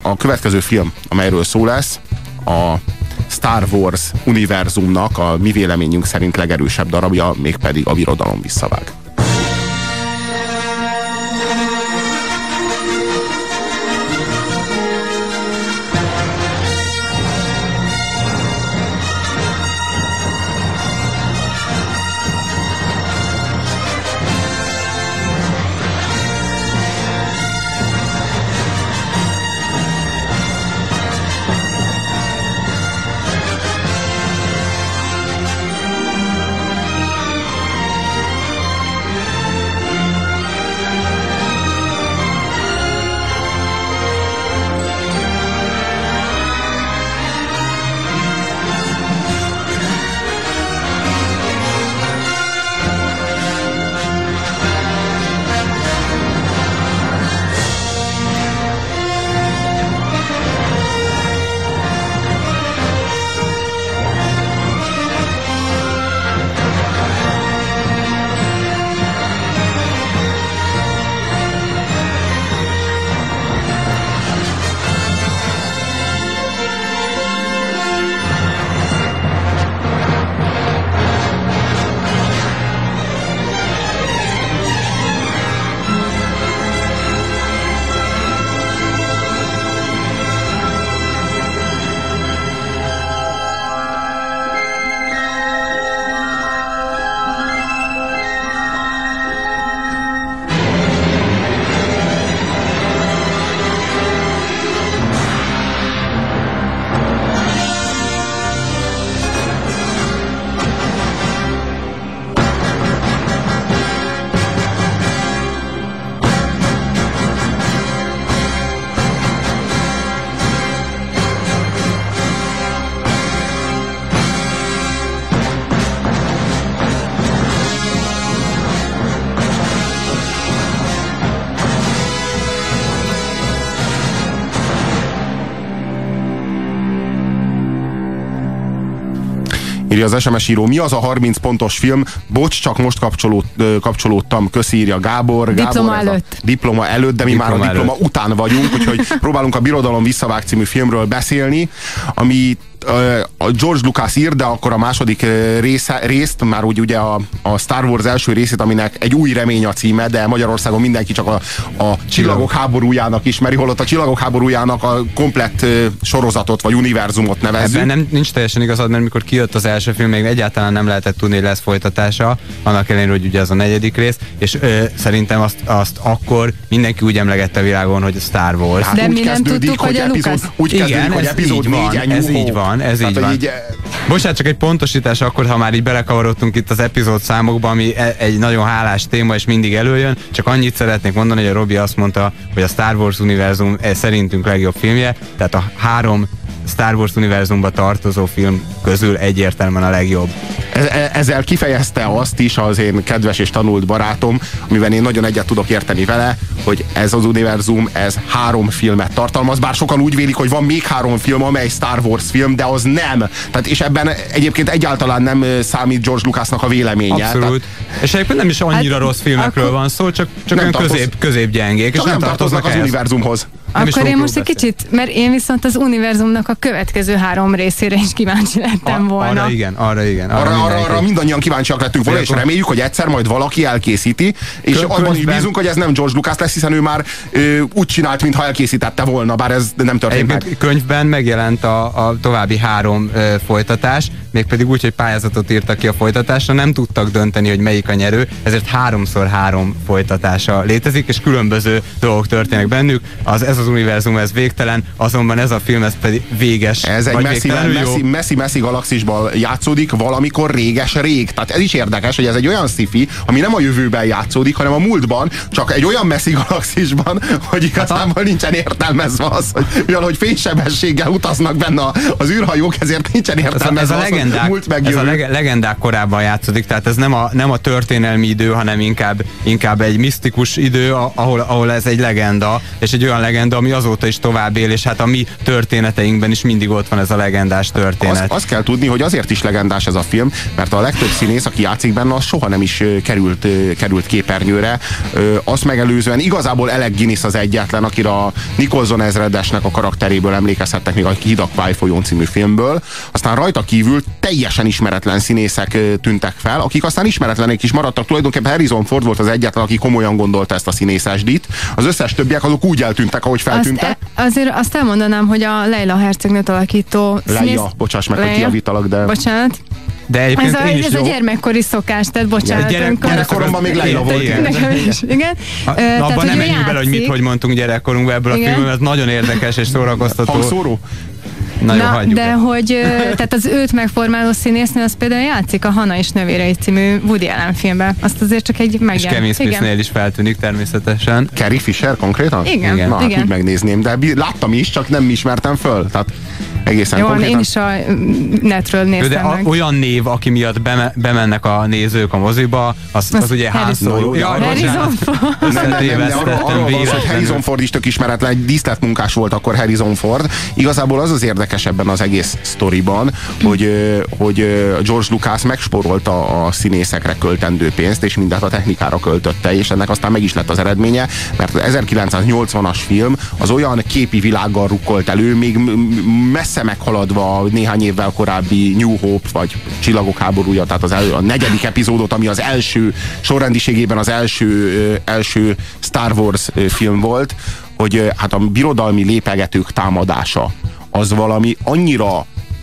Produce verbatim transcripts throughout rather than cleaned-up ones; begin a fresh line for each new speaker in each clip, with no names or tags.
a következő film, amelyről szó lesz, a Star Wars univerzumnak a mi véleményünk szerint legerősebb darabja, mégpedig a Birodalom visszavág. Írja az es em es író, mi az a harminc pontos film? Bocs, csak most kapcsolód, kapcsolódtam, köszi, írja Gábor.
Diploma
Gábor,
előtt.
A diploma előtt, de mi diploma már a diploma előtt. Után vagyunk, úgyhogy próbálunk a Birodalom visszavág című filmről beszélni, ami a George Lucas ír, de akkor a második része, részt, már úgy ugye a, a Star Wars első részét, aminek Egy új remény a címe, de Magyarországon mindenki csak a, a Csillagok háborújának ismeri, holott a Csillagok háborújának a komplett sorozatot vagy univerzumot nevezzük.
Ebben nem, nincs teljesen igazad, mert mikor kijött az első film, még egyáltalán nem lehetett tudni, hogy lesz folytatása, annak ellenére, hogy ugye ez a negyedik rész, és ö, szerintem azt, azt akkor mindenki úgy emlegette a világon, hogy a Star Wars.
Hát de mi nem tudtuk, hogy a Lucas...
Úgy kezdődik,
igen,
hogy epizód négy,
ez így van, ez így van. Így... Bocsánat, csak egy pontosítás akkor, ha már így belekavarodtunk itt az epizód számokba, ami egy nagyon hálás téma, és mindig előjön, csak annyit szeretnék mondani, hogy a Robi azt mondta, hogy a Star Wars univerzum szerintünk legjobb filmje, tehát a három Star Wars univerzumba tartozó film közül egyértelműen a legjobb.
Ezzel kifejezte azt is az én kedves és tanult barátom, amiben én nagyon egyet tudok érteni vele, hogy ez az univerzum, ez három filmet tartalmaz, bár sokan úgy vélik, hogy van még három film, amely Star Wars film, de az nem. Tehát, és ebben egyébként egyáltalán nem számít George Lucasnak a véleménye.
Abszolút. Tehát... És egyébként nem is annyira hát, rossz filmekről akkor... van szó, csak, csak olyan tartoz... közép, középgyengék, és nem, nem tartoznak az ehhez. Univerzumhoz.
Nem akkor én most egy kicsit, mert én viszont az univerzumnak a következő három részére is kíváncsi lettem a, volna.
Arra igen, arra igen.
Arra, arra, arra, arra mindannyian kíváncsiak lettünk volna, és reméljük, hogy egyszer majd valaki elkészíti, és Kö, abban is bízunk, hogy ez nem George Lucas lesz, hiszen ő már ö, úgy csinált, mintha elkészítette volna, bár ez nem történt meg.
Könyvben megjelent a, a további három ö, folytatás, mégpedig úgy, hogy pályázatot írtak ki a folytatásra, nem tudtak dönteni, hogy melyik a nyerő, ezért háromszor három folytatása létezik, és különböző dolgok történnek bennük. Az, ez az univerzum, ez végtelen, azonban ez a film, ez pedig véges.
Ez egy messzi-messzi galaxisban játszódik, valamikor réges-rég. Tehát ez is érdekes, hogy ez egy olyan sci-fi, ami nem a jövőben játszódik, hanem a múltban, csak egy olyan messzi galaxisban, hogy igazából nincsen értelmezve az, hogy mivel, hogy fénysebességgel utaznak benne az űrhajók, ezért nincsen értelmezve
ez a, ez a legendák,
az, múlt
ez a leg, legendák korában játszódik, tehát ez nem a, nem a történelmi idő, hanem inkább, inkább egy misztikus idő, ahol, ahol ez egy legenda, és egy olyan legenda, legenda, ami azóta is tovább él, és hát a mi történeteinkben is mindig ott van ez a legendás történet.
Azt, azt kell tudni, hogy azért is legendás ez a film, mert a legtöbb színész, aki játszik benne, az soha nem is került, került képernyőre. Azt megelőzően igazából Alec Guinness az egyetlen, akire a Nicholson ezredesnek a karakteréből emlékezhettek még a Hidak Kwai folyón című filmből. Aztán rajta kívül teljesen ismeretlen színészek tűntek fel, akik aztán ismeretlenek is maradtak. Tulajdonképpen Harrison Ford volt az egyetlen, aki komolyan gondolta ezt a színészesdit. Az összes többiek azok úgy eltűntek, ahogy feltűntek.
Azt, azért azt elmondanám, hogy a Leila hercegnőt alakító
színész... Leia, bocsáss meg, hogy kijavítalak, de...
Bocsánat.
De
ez a, ez a gyermekkori szokás, tehát bocsánat.
Gyerek, gyerekkoromban még Leila volt.
Igen. Nekem is, igen.
A,
tehát,
abban nem menjünk bele, hogy mit, hogy mondtunk gyerekkorunkban ebből igen. a filmben, ez nagyon érdekes és szórakoztató.
Hangszóró?
Na, Na de el. hogy tehát az őt megformáló színésznő, az például játszik a Hana és nővérei című Woody Allen filmben. Azt azért csak egy megjelent.
És Kevin Smithnél is feltűnik természetesen.
Carrie Fisher konkrétan?
Igen. igen.
Na,
igen.
úgy megnézném, de láttam is, csak nem ismertem föl. Tehát egészen
jó,
konkrétan.
Én is a netről néztem
de
meg.
A, olyan név, aki miatt beme, bemennek a nézők a moziba, az, az, az ugye Han Solo.
Ja, Harrison Ford.
Nem, nem, nem, de arról van, hogy Harrison Ford is tök ismeretlen, egy díszletmunkás volt akkor Harrison Ford. Igazából az az érdekes ebben az egész sztoriban, hogy, hogy George Lucas megspórolta a színészekre költendő pénzt, és mindent a technikára költötte, és ennek aztán meg is lett az eredménye, mert az ezerkilencszáznyolcvanas film az olyan képi világgal rukkolt elő, még messze meghaladva néhány évvel korábbi New Hope, vagy Csillagok háborúja, tehát az el, a negyedik epizódot, ami az első, sorrendiségében az első, első Star Wars film volt, hogy hát a birodalmi lépegetők támadása az valami annyira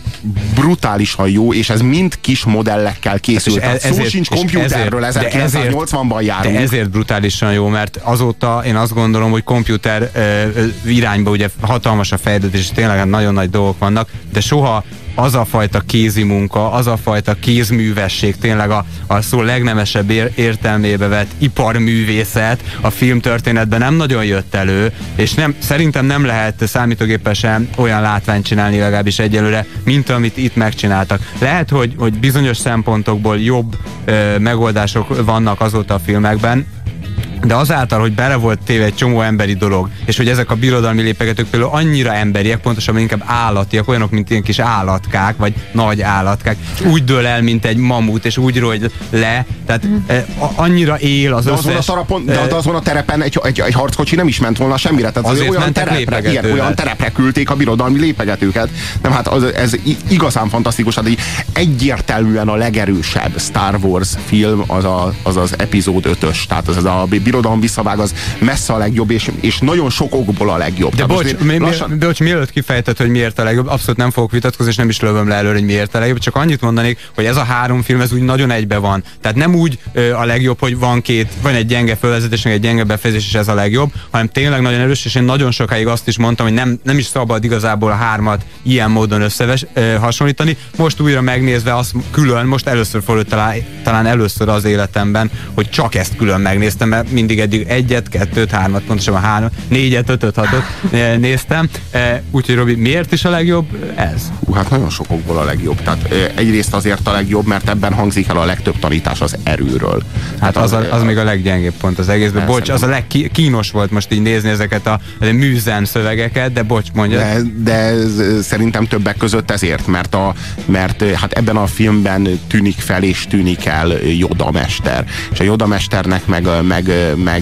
brutálisan jó, és ez mind kis modellekkel készült. Hát ez, szó sincs komputerről, ezerkilencszáznyolcvanban járunk.
De ezért brutálisan jó, mert azóta én azt gondolom, hogy komputer uh, irányba ugye hatalmas a fejlődés, és tényleg nagyon nagy dolgok vannak, de soha az a fajta kézi munka, az a fajta kézművesség, tényleg a, a szó legnemesebb ér, értelmébe vett iparművészet a filmtörténetben nem nagyon jött elő, és nem, szerintem nem lehet számítógéppel sem olyan látványt csinálni legalábbis egyelőre, mint amit itt megcsináltak. Lehet, hogy, hogy bizonyos szempontokból jobb ö, megoldások vannak azóta a filmekben, de azáltal, hogy bele volt téve egy csomó emberi dolog, és hogy ezek a birodalmi lépegetők például annyira emberiek, pontosabban inkább állatiak, olyanok, mint ilyen kis állatkák, vagy nagy állatkák, úgy dől el, mint egy mamut, és úgy rogy le, tehát mm. eh, annyira él az
de
összes...
Azon a tarapon, de, de azon a terepen egy, egy, egy harckocsi nem is ment volna semmire, tehát az olyan terepre, ilyen, olyan terepre küldték a birodalmi lépegetőket. Nem, hát az, ez igazán fantasztikus, hát egy egyértelműen a legerősebb Star Wars film az a, az, az epizód ötös, tehát az, az a birodalom visszavág az messze a legjobb, és, és nagyon sok okból a legjobb.
De bocs, mi, lassan... mi, bocs, mielőtt kifejtett, hogy miért a legjobb, abszolút nem fogok vitatkozni, és nem is lövöm le előre, hogy miért a legjobb, csak annyit mondanék, hogy ez a három film, ez úgy nagyon egybe van. Tehát nem úgy ö, a legjobb, hogy van két, van egy gyenge fölvezetés, egy gyenge befejezés, és ez a legjobb, hanem tényleg nagyon erős, és én nagyon sokáig azt is mondtam, hogy nem, nem is szabad igazából a hármat ilyen módon összehasonlítani. Most újra megnézve azt külön, most először fordult talán, talán először az életemben, hogy csak ezt külön megnéztem, mert mindig eddig egyet, kettőt, hármat, pontosabban három, négyet, ötöt, hatot néztem. Úgyhogy Robi, miért is a legjobb ez?
Hú, hát nagyon sokokból a legjobb. Tehát egyrészt azért a legjobb, mert ebben hangzik el a legtöbb tanítás az erőről.
Hát az, az, az, az még a leggyengébb pont az egészben. Bocs, az a legkínos volt most így nézni ezeket a műzen szövegeket, de bocs, mondja.
De, de szerintem többek között ezért, mert, a, mert hát ebben a filmben tűnik fel és tűnik el Yoda mester. És a Yoda mesternek meg, meg, meg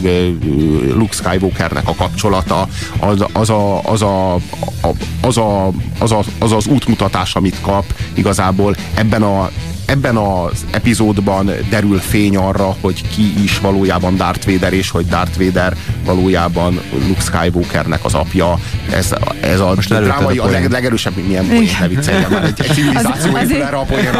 Luke Skywalkernek a kapcsolata az, az, a, az, a, az, a, az, a, az az útmutatás, amit kap igazából ebben a Ebben az epizódban derül fény arra, hogy ki is valójában Darth Vader, és hogy Darth Vader valójában Luke Skywalkernek az apja. Ez, ez a
most
drámai, a, a leg, legerősebb, milyen poén, ne vicceljen már, egy, egy civilizáció épül erre a poénra.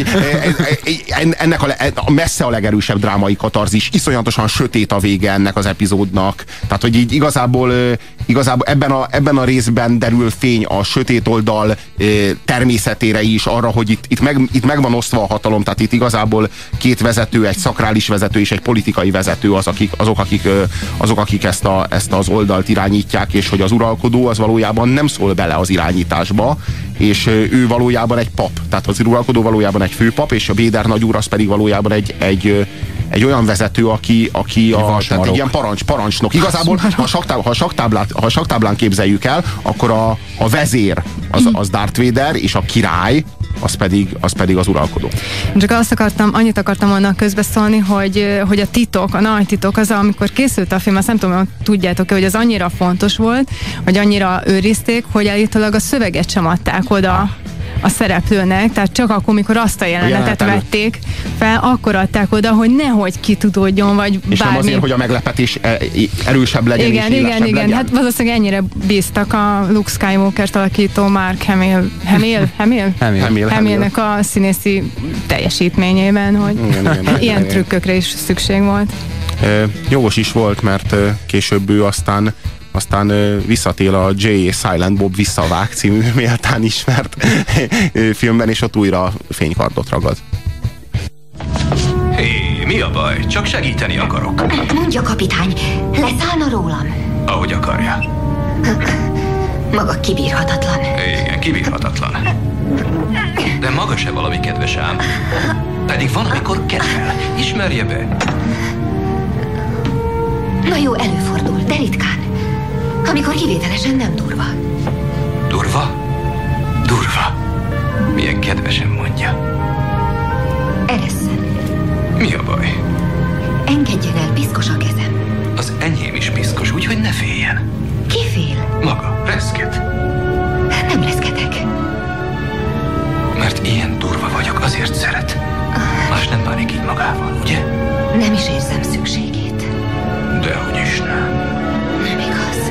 Ennek a, a messze a legerősebb drámai katarzis, iszonyatosan sötét a vége ennek az epizódnak. Tehát, hogy így igazából, igazából ebben, a, ebben a részben derül fény a sötét oldal természetére is, arra, hogy itt, itt, meg, itt megvan osztva a hatalom, tehát itt igazából két vezető, egy szakrális vezető és egy politikai vezető az, akik, azok, akik, azok, akik ezt, a, ezt az oldalt irányítják, és hogy az uralkodó az valójában nem szól bele az irányításba, és ő valójában egy pap, tehát az uralkodó valójában egy főpap, és a Vader nagyúr az pedig valójában egy, egy, egy olyan vezető, aki, aki a, tehát egy ilyen parancs, parancsnok. Igazából, ha a, saktáb, ha, a saktáblát, ha a saktáblán képzeljük el, akkor a, a vezér az, az Darth Vader, és a király az pedig, az pedig az uralkodó.
Csak azt akartam, annyit akartam volna közbeszólni, hogy, hogy a titok, a nagy titok az, amikor készült a film, azt nem tudom, tudjátok-e, hogy az annyira fontos volt, hogy annyira őrizték, hogy állítólag a szöveget sem adták oda a szereplőnek, tehát csak akkor, mikor azt a jelenetet a vették fel, akkor adták oda, hogy nehogy kitudódjon, vagy
és
bármi.
nem azért, hogy a meglepetés erősebb legyen,
igen,
és
igen, igen.
legyen.
Hát valószínűleg ennyire bíztak a Luke Skywalker-t alakító Mark Hamill, Hamill, Hamill?
Hamill. Hamill.
Hamillnek a színészi teljesítményében, hogy igen, igen, ilyen igen, trükkökre is szükség volt.
E, jogos is volt, mert később ő aztán Aztán visszatér a J A. Silent Bob Visszavág című méltán ismert filmben, és ott újra fénykardot ragad.
Hé, hey, mi a baj? Csak segíteni akarok.
Mondja, kapitány, leszállna rólam?
Ahogy akarja.
Maga kibírhatatlan.
Igen, kibírhatatlan. De maga se valami kedves ám. Pedig van, amikor kedvel. Ismerje be.
Na jó, előfordul, de ritkán. Amikor kivételesen nem durva.
Durva? Durva. Milyen kedvesen mondja.
Eresszen.
Mi a baj?
Engedjen el, piszkos a kezem.
Az enyém is piszkos, úgyhogy ne féljen.
Ki fél?
Maga, reszket.
Nem reszketek.
Mert ilyen durva vagyok, azért szeret. Más nem bánik így magával, ugye?
Nem is érzem szükségét.
Dehogy is nem.
Nem igaz.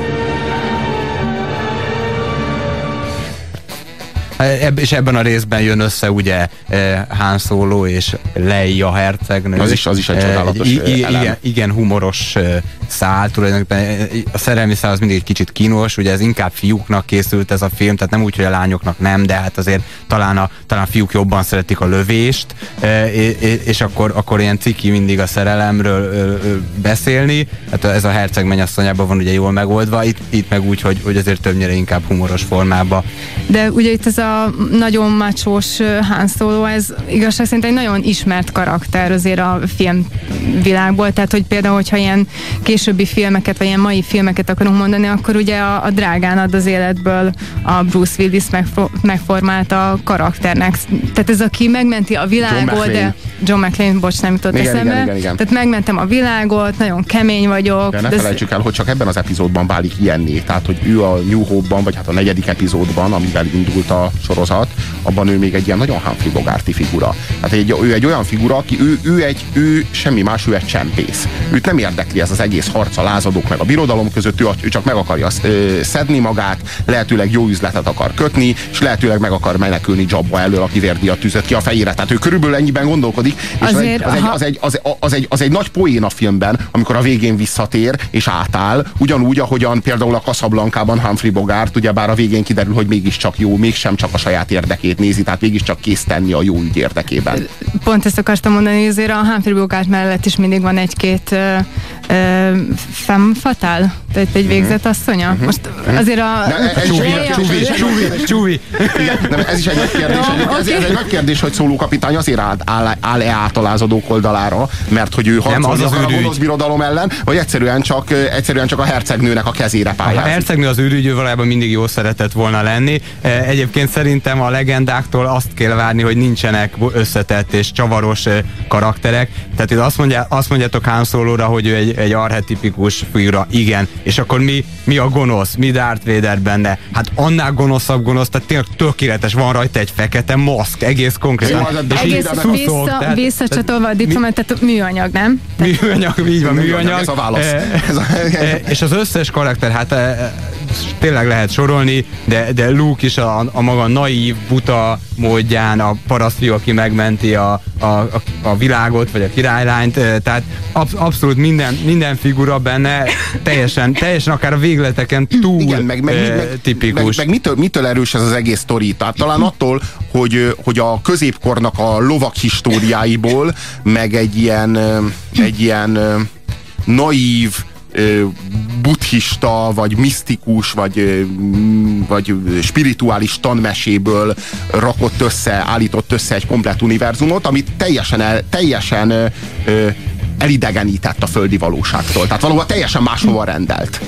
És ebben a részben jön össze ugye Han Solo és Leia hercegnő.
Az is, az is egy csodálatos
I- i- igen, igen humoros szál, tulajdonképpen a szerelmi szál az mindig egy kicsit kínos, ugye ez inkább fiúknak készült ez a film, tehát nem úgy, hogy a lányoknak nem, de hát azért talán a, talán a fiúk jobban szeretik a lövést, és akkor, akkor ilyen ciki mindig a szerelemről beszélni, hát ez a herceg mennyasszonyában van ugye jól megoldva, itt, itt meg úgy, hogy, hogy azért többnyire inkább humoros formában.
De ugye itt ez a nagyon macsós Han Solo, ez igazság szerint egy nagyon ismert karakter azért a filmvilágból, tehát hogy például, hogyha ilyen későbbi filmeket, vagy ilyen mai filmeket akarunk mondani, akkor ugye a, a Drágán ad az életből a Bruce Willis megfo- megformálta a karakternek. Tehát ez, aki megmenti a világot, John de John McClane, bocs, nem jutott
igen,
eszembe.
Igen, igen, igen.
Tehát megmentem a világot, nagyon kemény vagyok.
De ne felejtsük el, hogy csak ebben az epizódban válik ilyenné. Tehát, hogy ő a New Hope-ban, vagy hát a negyedik epizódban, amivel indult a sorozat, abban ő még egy ilyen nagyon Humphrey Bogarti figura. Tehát egy, ő egy olyan figura, aki ő, ő, egy, ő semmi más, ő egy csempész. Őt nem érdekli ez az egész harc a lázadók meg a birodalom között, ő, ő csak meg akarja ö, szedni magát, lehetőleg jó üzletet akar kötni, és lehetőleg meg akar menekülni Jabba elől, aki vérdíjat tűzött ki a fejére. Tehát ő körülbelül ennyiben gondolkodik, és azért, az, egy, az, egy, az, egy, az, az, egy, az egy nagy poén a filmben, amikor a végén visszatér és átáll, ugyanúgy, ahogyan például a Casablancában Humphrey Bogart, ugyebár a végén kiderül, hogy mégiscsak jó, mégsem csak a saját érdekét nézi, tehát mégiscsak kész tenni a jó ügy érdekében.
Pont ezt akartam mondani, hogy azért a Humphrey Bogart mellett is mindig van egy-két uh, uh, femme fatale, tehát egy végzett asszonya. Uh-huh. Most azért a...
Csúvi!
Ez is egy nagy kérdés. Jó, ez, okay. ez egy nagy kérdés, hogy Szóló kapitány azért áll, áll, áll-e át a lázadók oldalára, mert hogy ő harcolni akar a gonosz birodalom ellen, vagy egyszerűen csak, egyszerűen csak a hercegnőnek a kezére pályázik.
A hercegnő az ürügy, valójában mindig jó szeretett volna lenni. Egyébként szerintem a legendáktól azt kell várni, hogy nincsenek összetett és csavaros karakterek. Tehát itt azt, mondja, azt mondjátok Han Solóra, hogy ő egy, egy archetipikus figura. Igen. És akkor mi, mi a gonosz? Mi Darth Vader benne? Hát annál gonoszabb gonosz, tehát tényleg tökéletes, van rajta egy fekete maszk, egész konkrétan.
Egész vissza, visszacsatolva a diplomát, tehát műanyag, nem?
Műanyag, így van, műanyag.
Ez a válasz.
És az összes karakter, hát tényleg lehet sorolni, de, de Luke is a, a maga naív, buta módján, a parasztfiú, aki megmenti a, a, a, a világot, vagy a királylányt, tehát absz- abszolút minden, minden figura benne teljesen, teljesen akár a végleteken túl igen, meg, meg, e, meg, tipikus.
Meg, meg mitől, mitől erős ez az egész sztori? Tehát talán attól, hogy, hogy a középkornak a lovak históriáiból, meg egy ilyen, egy ilyen naív, buddhista, vagy misztikus, vagy, vagy spirituális tanmeséből rakott össze, állított össze egy komplett univerzumot, amit teljesen, el, teljesen ö, elidegenített a földi valóságtól. Tehát valóban teljesen máshova rendelt.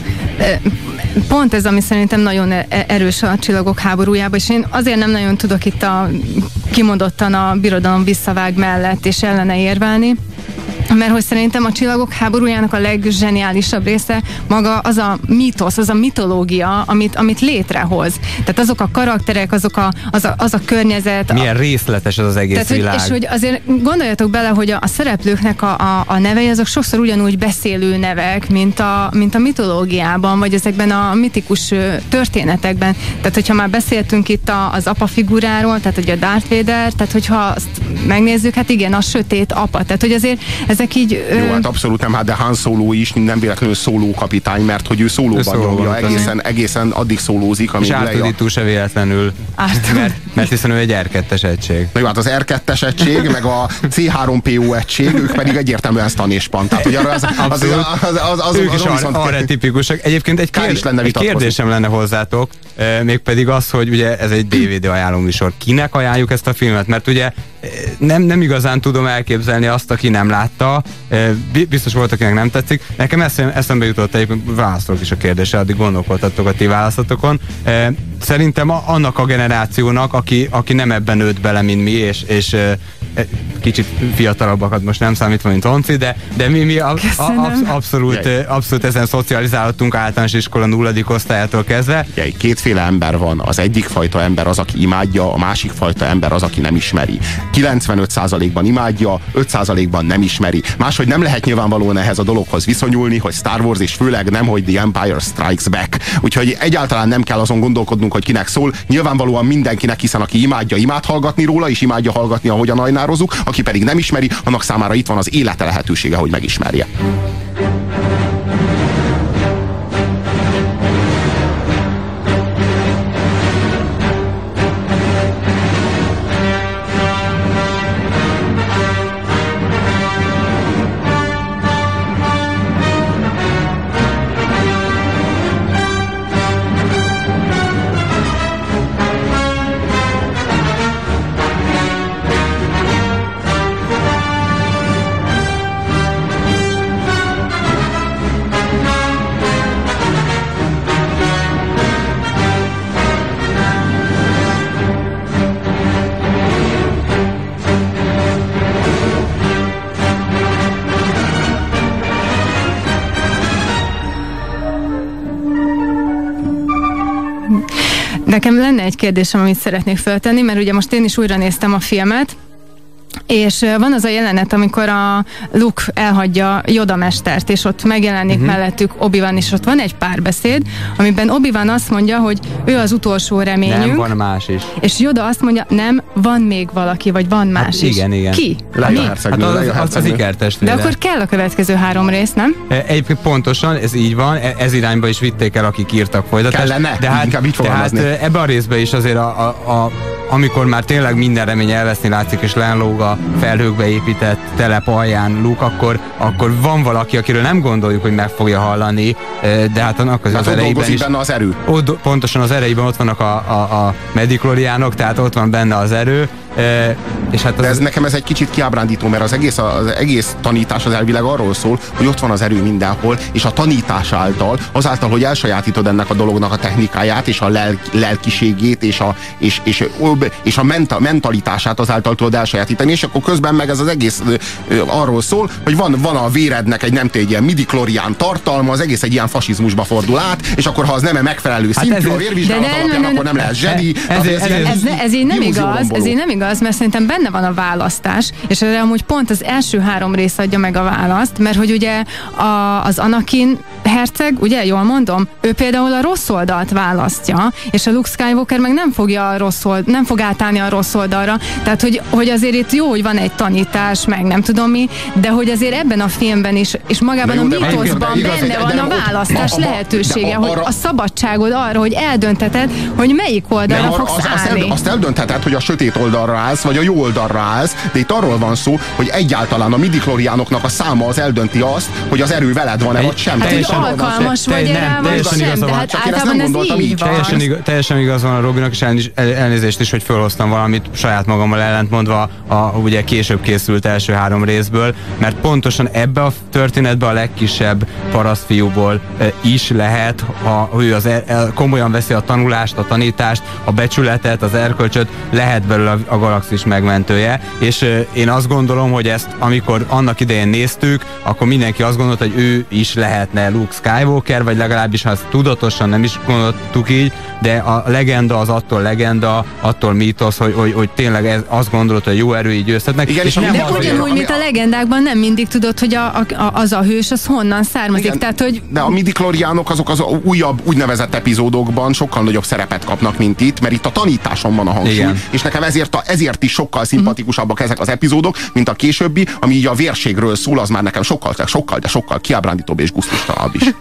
Pont ez, ami szerintem nagyon erős a Csillagok háborújában, és én azért nem nagyon tudok itt a, kimondottan a birodalom visszavág mellett és ellene érvelni, mert hogy szerintem a Csillagok háborújának a legzseniálisabb része maga az a mítosz, az a mitológia, amit, amit létrehoz. Tehát azok a karakterek, azok a, az, a, az a környezet.
Milyen
a,
részletes az az egész
tehát,
világ.
Hogy, és hogy azért gondoljatok bele, hogy a, a szereplőknek a, a, a nevei, azok sokszor ugyanúgy beszélő nevek, mint a, mint a mitológiában, vagy ezekben a mitikus történetekben. Tehát, hogyha már beszéltünk itt a, az apa figuráról, tehát hogy a Darth Vader, tehát hogyha azt megnézzük, hát igen, a sötét apa. Tehát, hogy azért ezek így...
Jó, ö... hát abszolút nem, hát de Han Solo is nem véletlenül szóló kapitány, mert hogy ő szólóban nyomja, egészen, egészen addig szólózik, amíg
leja. És ártudító se véletlenül, mert, mert hiszen ő egy er kettes egység.
Na jó, hát az er kettes egység, meg a cé három pé ó egység, ők pedig egyértelműen Stan és Pan. Tehát, hogy az, az, az, az, az, az,
ők
az,
is
viszont...
arra tipikusak. Egyébként egy, kérd, lenne egy kérdésem lenne hozzátok, mégpedig az, hogy ugye ez egy dé vé dé ajánlóműsor. Kinek ajánljuk ezt a filmet? Mert ugye nem, nem igazán tudom elképzelni azt, aki nem látta. Biztos volt, akinek nem tetszik. Nekem eszembe jutott, egyébként válaszolok is a kérdésre, addig gondolkodtatok a ti választatokon. Szerintem annak a generációnak, aki, aki nem ebben nőtt bele, mint mi, és, és kicsit fiatalabbakat most nem számítva, mint Honci, de, de mi, mi a, a, absz, abszolút, abszolút ezen szocializálódtunk általános iskola nulladik osztályától kezdve.
Jaj, kétféle ember van. Az egyik fajta ember az, aki imádja, a másik fajta ember az, aki nem ismeri. kilencvenöt százalékban imádja, öt százalékban nem ismeri. Máshogy nem lehet nyilvánvalóan ehhez a dologhoz viszonyulni, hogy Star Wars, és főleg nem, hogy The Empire Strikes Back. Úgyhogy egyáltalán nem kell azon gondolkodnunk, hogy kinek szól. Nyilvánvalóan mindenkinek, hiszen aki imádja, imád hallgatni róla, és imádja hallgatni, ahogyan ajnározunk, aki pedig nem ismeri, annak számára itt van az élete lehetősége, hogy megismerje.
Nekem lenne egy kérdésem, amit szeretnék feltenni, mert ugye most én is újra néztem a filmet, és van az a jelenet, amikor a Luke elhagyja Yoda mestert, és ott megjelenik uh-huh. mellettük Obi-Wan, és ott van egy párbeszéd, amiben Obi-Wan azt mondja, hogy ő az utolsó reményünk.
Nem, van más is.
És Yoda azt mondja, nem, van még valaki, vagy van más
hát
is.
Igen, igen.
Ki?
Leia hercegnő.
Hát az, az, az, az ikertestvére.
De akkor kell a következő három rész, nem?
Egyébként pontosan, ez így van, ez irányba is vitték el, akik írtak folytatást.
Kellene,
de hát,
inkább így fogalmazni.
De hát ebbe a részbe is azért a, a, a amikor már tényleg minden remény elveszni látszik, és lenlóg a felhőkbe épített telep alján Luke, akkor, akkor van valaki, akiről nem gondoljuk, hogy meg fogja hallani, de hát annak az, az erejében is...
benne az erő.
Ott, pontosan az erejében ott vannak a, a, a medikloriánok, tehát ott van benne az erő. E, és hát az...
De ez nekem ez egy kicsit kiábrándító, mert az egész, az egész tanítás az elvileg arról szól, hogy ott van az erő mindenhol, és a tanítás által, azáltal, hogy elsajátítod ennek a dolognak a technikáját, és a lel, lelkiségét, és a, és, és, és a menta, mentalitását azáltal tudod elsajátítani, és akkor közben meg ez az egész arról szól, hogy van, van a vérednek egy nem egy ilyen midi-klorián tartalma, az egész egy ilyen fasizmusba fordul át, és akkor ha az nem megfelelő hát szintű a vérvizsgálat alapján, akkor nem lehet zseni.
Ez, ez, ez, ez, ez így nem igaz, ez így nem igaz, mert szerintem benne van a választás, és erre amúgy pont az első három rész adja meg a választ, mert hogy ugye a, az Anakin herceg, ugye, jól mondom, ő például a rossz oldalt választja, és a Luke Skywalker meg nem fogja a rossz old, nem fog átállni a rossz oldalra, tehát hogy, hogy azért itt jó, hogy van egy tanítás, meg nem tudom mi, de hogy azért ebben a filmben is, és magában jó, a mítoszban benne van a választás lehetősége, hogy a szabadságod arra, hogy eldöntheted, hogy melyik oldalra fogsz
azt,
állni.
Azt eldöntheted, hogy a sötét oldalra oldalra állsz, vagy a jó oldalra állsz, de itt arról van szó, hogy egyáltalán a midichloriánoknak a száma az eldönti azt, hogy az erő veled van-e, vagy sem.
Hát, hogy alkalmas vagy rá, vagy sem, de hát általában ez így van.
Teljesen, igaz, teljesen igaz van a Robinak, és elnézést is, hogy felhoztam valamit saját magammal ellentmondva a, a ugye később készült első három részből, mert pontosan ebbe a történetbe a legkisebb parasztfiúból e, is lehet, ha ő az er, el, komolyan veszi a tanulást, a tanítást, a becsületet, az erkölcsöt, lehet belőle a, a galaxis megmentője, és e, én azt gondolom, hogy ezt amikor annak idején néztük, akkor mindenki azt gondolta, hogy ő is lehetne Luke Skywalker, vagy legalábbis ha ezt tudatosan nem is gondoltuk így, de a legenda az attól legenda, attól mítosz, hogy, hogy, hogy tényleg ez, azt gondolod, hogy jó erői győzhetnek.
Igen, és
nem de ugyanúgy, mint a legendákban nem mindig tudod, hogy a, a, az a hős, az honnan származik.
Igen,
tehát, hogy...
De a midichloriánok azok az újabb, úgynevezett epizódokban sokkal nagyobb szerepet kapnak, mint itt, mert itt a tanításon van a hangsúly. Igen. És nekem ezért, a, ezért is sokkal szimpatikusabbak ezek az epizódok, mint a későbbi, ami így a vérségről szól, az már nekem sokkal, sokkal, de sokkal kiábrándítóbb és gusztustalanabb is.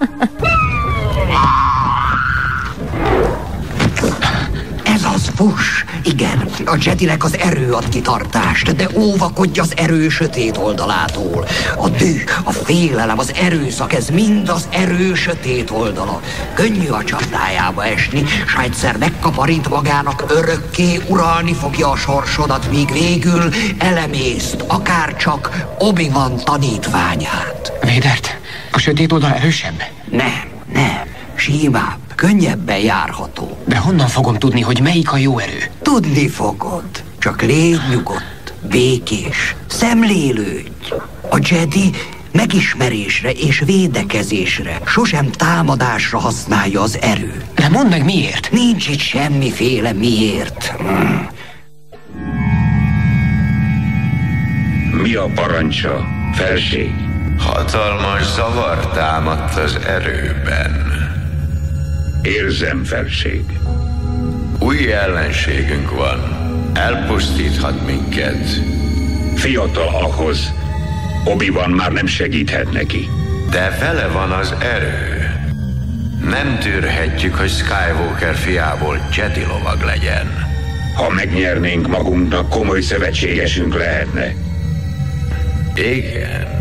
Ez az, fuss! Igen, a Jedinek az erő ad kitartást, de óvakodj az erő sötét oldalától. A düh, a félelem, az erőszak, ez mind az erő sötét oldala. Könnyű a csapdájába esni, s ha egyszer megkaparint magának, örökké uralni fogja a sorsodat, míg végül elemészt, akár csak Obi-Wan tanítványát.
Védert, a sötét oldal erősebb?
Nem, nem, simább. Könnyebben járható.
De honnan fogom tudni, hogy melyik a jó erő?
Tudni fogod. Csak légy nyugodt, békés, szemlélődj. A Jedi megismerésre és védekezésre, sosem támadásra használja az erő.
De mondd meg miért?
Nincs itt semmiféle miért. Hmm.
Mi a parancsa, felség?
Hatalmas zavar támadt az erőben.
Érzem, felség.
Új ellenségünk van. Elpusztíthat minket.
Fiatal ahhoz. Obi-Wan már nem segíthet neki.
De vele van az erő. Nem tűrhetjük, hogy Skywalker fiából Jedi lovag legyen.
Ha megnyernénk magunknak, komoly szövetségesünk lehetne.
Igen.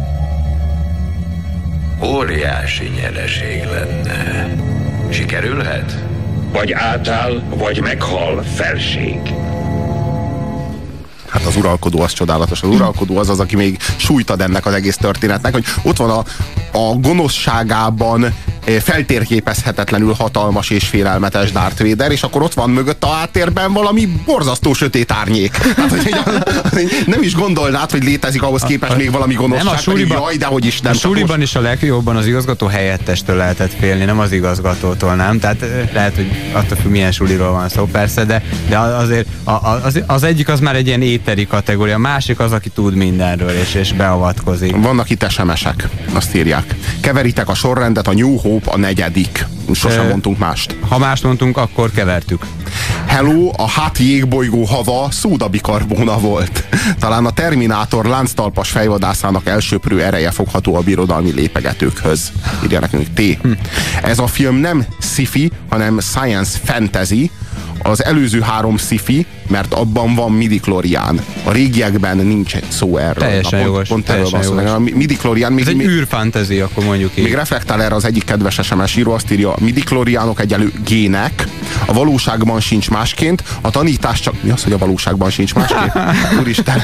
Óriási nyereség lenne. Sikerülhet?
Vagy átáll, vagy meghal, felség.
Hát az uralkodó az csodálatos. Az uralkodó az az, aki még sújtad ennek az egész történetnek, hogy ott van a, a gonoszságában feltérképezhetetlenül hatalmas és félelmetes Darth Vader, és akkor ott van mögött a háttérben valami borzasztó sötét árnyék. Hát, hogy nem is gondolnád, hogy létezik ahhoz képest még valami gonoszság. Nem, a suliban, jaj, de hogy is nem.
A suliban is a legjobban az igazgató helyettestől lehetett félni, nem az igazgatótól, nem? Tehát lehet, hogy attól függ, milyen suliról van szó, persze, de, de azért az, az egyik az már egy ilyen éteri kategória, a másik az, aki tud mindenről, és, és beavatkozik.
Vannak itt es em esek, azt írják. Keveritek a sorrendet, a New Hope a negyedik. Sosem mondtunk mást.
Ha mást mondtunk, akkor kevertük.
Hello, a hát jégbolygó hava szódabikarbóna volt. Talán a Terminátor lánctalpas fejvadászának elsöprő ereje fogható a birodalmi lépegetőkhöz. Írja nekünk T. Hm. Ez a film nem sci-fi, hanem science fantasy. Az előző három sci-fi, mert abban van midichlorián. A régiekben nincs egy szó erről.
Teljesen
Na, pont,
jogos.
Pont
teljesen
erről van szó. A midichlorián még,
Ez egy űrfantezi, akkor mondjuk így.
Még reflektál erre az egyik kedves es em es író, azt írja, a midichloriánok egyelő gének, a valóságban sincs másként, a tanítás csak... Mi az, hogy a valóságban sincs másként? Úristen!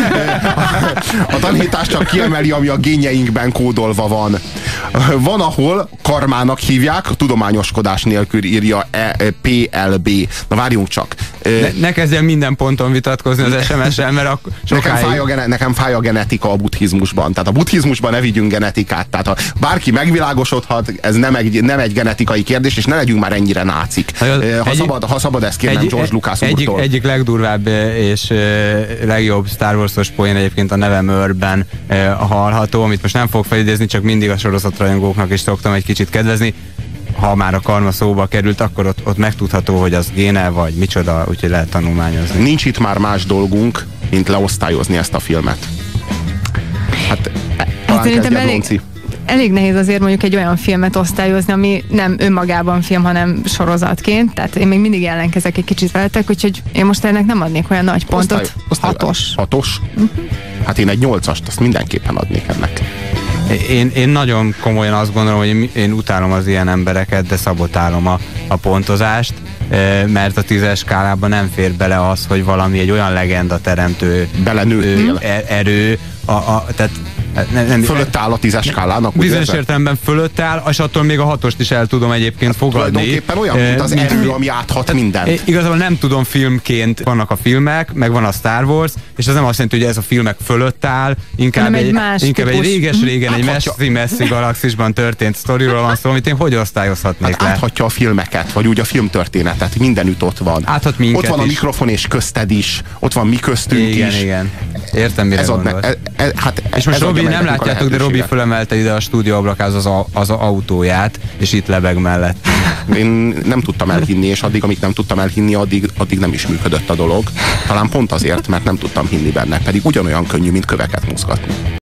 A tanítás csak kiemeli, ami a génjeinkben kódolva van. Van, ahol karmának hívják, tudományoskodás nélkül írja e, pé el bé. Na várjunk csak.
Ne, ne kezdjen minden ponton vitatkozni az es em es-el, mert akkor
nekem fáj, a gene, nekem fáj a genetika a buddhizmusban. Tehát a buddhizmusban ne vigyünk genetikát. Tehát ha bárki megvilágosodhat, ez nem egy, nem egy genetikai kérdés, és ne legyünk már ennyire nácik. Ha, egy, szabad, ha szabad ezt kérnem egy, George Lucas
egyik,
úrtól.
Egyik legdurvább és legjobb Star Wars-os poén egyébként a nevem Őrben hallható, amit most nem fogok felidézni, csak mindig a sorozatrajongóknak is szoktam egy kicsit kedvezni. Ha már a karma szóba került, akkor ott, ott megtudható, hogy az géne vagy micsoda, úgyhogy lehet tanulmányozni.
Nincs itt már más dolgunk, mint leosztályozni ezt a filmet. Hát,
hát szerintem elég, elég nehéz azért mondjuk egy olyan filmet osztályozni, ami nem önmagában film, hanem sorozatként, tehát én még mindig ellenkezek egy kicsit veletek, úgyhogy én most ennek nem adnék olyan nagy pontot. Osztály, osztály, hatos.
Hatos? Uh-huh. Hát én egy nyolcast, azt mindenképpen adnék ennek.
Én, én nagyon komolyan azt gondolom, hogy én utálom az ilyen embereket, de szabotálom a, a pontozást, mert a tízes skálában nem fér bele az, hogy valami egy olyan legenda teremtő
belenőttél
erő, a, a, tehát
Nem, nem, fölött áll a tízes skálának.
Bizonyos értelemben fölött áll, és attól még a hatost is el tudom egyébként hát fogadni.
Tulajdonképpen olyan, mint az erő, mi, ami áthat mindent.
Igazából nem tudom filmként, vannak a filmek, meg van a Star Wars, és ez nem azt jelenti, hogy ez a filmek fölött áll, inkább egy, egy, inkább egy réges-régen, egy messzi-messzi galaxisban történt sztoriról van szó, amit én hogy osztályozhatnék
hát
le?
Áthatja a filmeket, vagy úgy a filmtörténetet, mindenütt ott van.
Áthat minket
Ott van a
is.
mikrofon és közted is, ott van mi köztünk
igen,
is.
Igen, igen. Értem, mire gondolsz. E,
e, hát
és most Robi, nem látjátok, de Robi fölemelte ide a stúdió ablakához az, a, az a autóját, és itt lebeg mellett.
Én nem tudtam elhinni, és addig, amíg nem tudtam elhinni, addig, addig nem is működött a dolog. Talán pont azért, mert nem tudtam hinni benne, pedig ugyanolyan könnyű, mint köveket mozgatni.